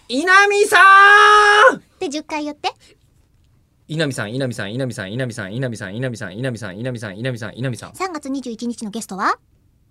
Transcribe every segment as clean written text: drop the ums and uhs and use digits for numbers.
稲見さんで10回言って。 稲見さん稲見さん稲見さん稲見さん稲見さん稲見さん稲見さん稲見さん稲見さん稲見さん 3月21日のゲストは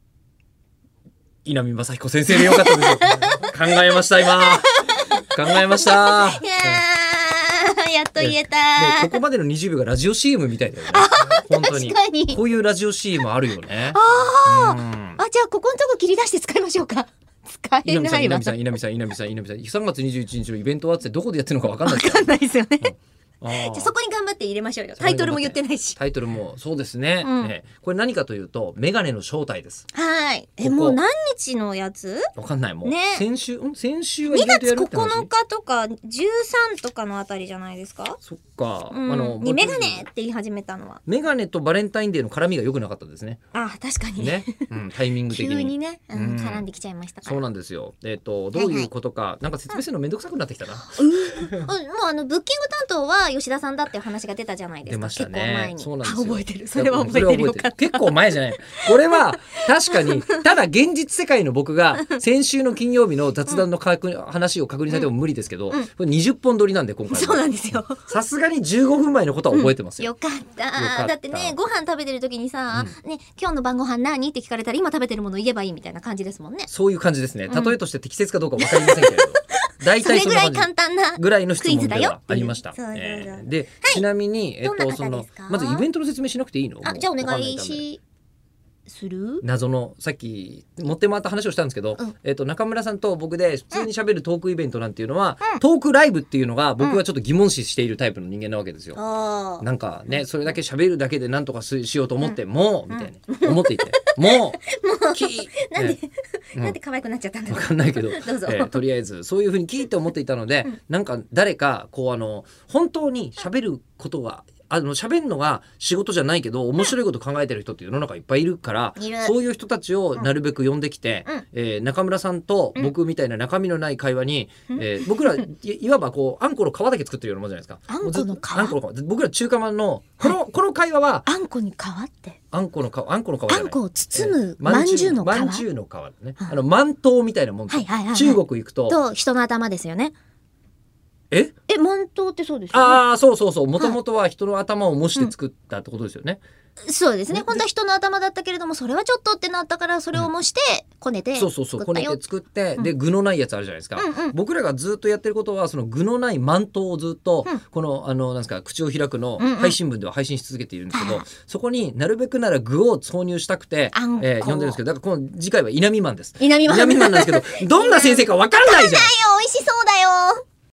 稲見正彦先生でよかったですよ考えました今考えましたやっと言えた、 ここまでの20秒がラジオ CM みたいだよね本当に確かにこういうラジオ CM あるよねあ、 うんじゃあここのとこ切り出して使いましょうか。使え稲見さんないわ。 稲見さん稲見さん稲見さん稲見さん3月21日のイベントはってどこでやってるのか分かんないですわかんないですよね。 あーじゃあそこに頑張って入れましょうよ。タイトルも言ってないし。 タイトルもそうですね、 うんこれ何かというとメガネの正体です。 はい。 ここもう何日のやつわかんないもん、 ね先週は ？2 イベント月やるって話 9日とか13とかのあたりじゃないですか？ そっか、 にメガネって言い始めたのは。 メガネとバレンタインデーの絡みが良くなかったですね。 あ、確かにね、タイミング的に急にね、 うん絡んできちゃいましたから。 そうなんですよ。どういうことか、なんか説明するのめんどくさくなってきたな。 もうブッキング担当は吉田さんだっていう話が出たじゃないですか。 出ましたね。 結構前に。 そうなんですよ。 覚えてる。それは覚えてるよかった。 結構前じゃない。これは確かにただ現実世界の僕が先週の金曜日の雑談の話を確認されても無理ですけど、これ20本撮りなんで今回そうなんですよ。 さすがに15分前のことは覚えてますよ。 よかった。だってね、ご飯食べてる時にさ、ね、今日の晩ご飯何って聞かれたら今食べてるもの言えばいいみたいな感じですもんね。 そういう感じですね。例えとして適切かどうかわかりませんけれど。大それぐらい体そんな感じ簡単なぐらいの質問クイズだよではありました。 そうそうそうで、ちなみにどんな方ですかまずイベントの説明しなくていいの？ じゃあお願いわかんないする？ 謎のさっき持って回った話をしたんですけど、中村さんと僕で普通に喋るトークイベントなんていうのは、トークライブっていうのが僕はちょっと疑問視しているタイプの人間なわけですよ。なんかね、それだけ喋るだけでなんとかしようと思ってもみたいな思っていてもうなんで可愛くなっちゃったんだろう。 わかんないけどどうぞとりあえずそういうふうに聞いて思っていたので、なんか誰かこう本当に喋ることが喋るのが仕事じゃないけど面白いこと考えてる人って世の中いっぱいいるからそういう人たちをなるべく呼んできて、中村さんと僕みたいな中身のない会話に、僕らいわばこうあんこの皮だけ作ってるようなもんじゃないですか。 あんこの皮？ あんこの皮。僕ら中華まんのこの会話はあんこに皮ってあんこの皮じゃない。 あんこを包むまんじゅうの皮。 まんじゅうの皮ね。まんとうみたいなもんです。中国行くと人の頭ですよね。まんとうってそうですよね。 ああ、そうもともとは人の頭を模して作ったってことですよね。 そうですね。本当は人の頭だったけれどもそれはちょっとってなったからそれを模してこねてこねて作ってで具のないやつあるじゃないですか。僕らがずっとやってることはその具のないまんとうをずっとこのなんですか口を開くの配信文では配信し続けているんですけど、そこになるべくなら具を挿入したくて呼んでるんですけど、だからこの次回は稲見マンです。稲見マンなんですけどどんな先生かわかんないじゃん。 美味